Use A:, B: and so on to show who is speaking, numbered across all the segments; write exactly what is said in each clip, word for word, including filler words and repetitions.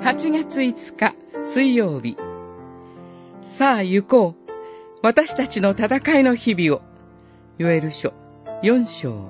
A: はちがついつか水曜日。さあ行こう。私たちの戦いの日々を。ヨエル書よん章。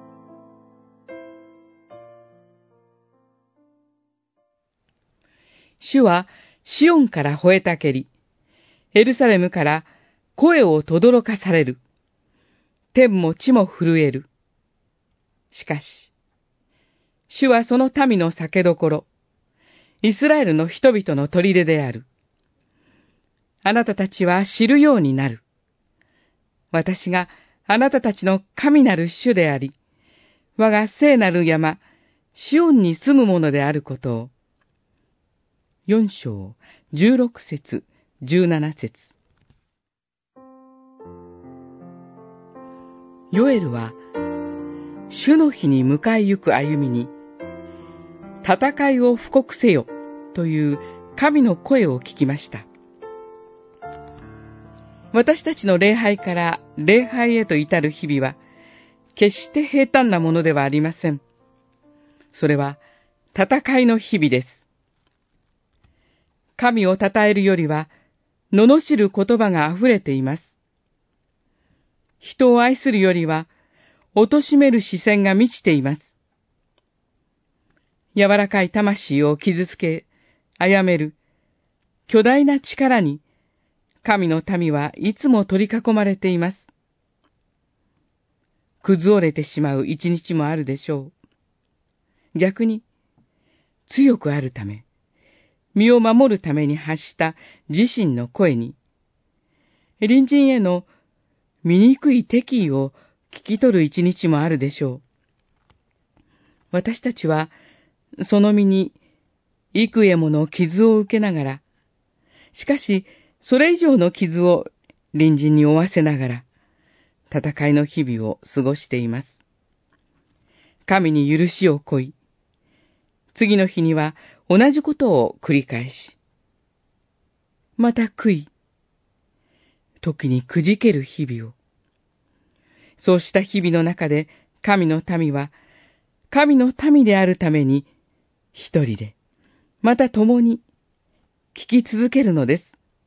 A: 主はシオンから吠えたけり、エルサレムから声を轟かされる。天も地も震える。しかし、主はその民の酒どころ、イスラエルの人々の砦である。あなたたちは知るようになる。私があなたたちの神なる主であり、我が聖なる山、シオンに住むものであることを。四章、十六節、十七節。ヨエルは、主の日に迎え行く歩みに、戦いを布告せよという神の声を聞きました。私たちの礼拝から礼拝へと至る日々は、決して平坦なものではありません。それは、戦いの日々です。神を称えるよりは、罵る言葉が溢れています。人を愛するよりは、貶める視線が満ちています。柔らかい魂を傷つけ、殺める、巨大な力に、神の民はいつも取り囲まれています。崩れてしまう一日もあるでしょう。逆に、強くあるため、身を守るために発した自身の声に、隣人への醜い敵意を聞き取る一日もあるでしょう。私たちは、その身に幾重もの傷を受けながら、しかし、それ以上の傷を隣人に負わせながら、戦いの日々を過ごしています。神に許しを請い、次の日には同じことを繰り返し、また悔い、時にくじける日々を。そうした日々の中で神の民は、神の民であるために、一人で、また共に、聞き続けるのです。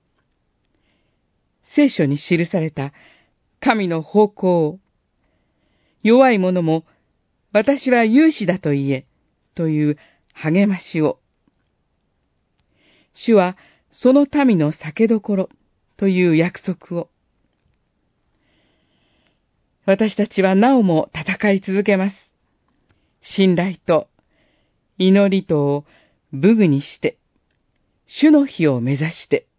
A: 聖書に記された神の方向を、弱い者も私は勇士だと言え、という励ましを。主はその民の酒どころという約束を。私たちはなおも戦い続けます。信頼と祈りとを武具にして、主の日を目指して、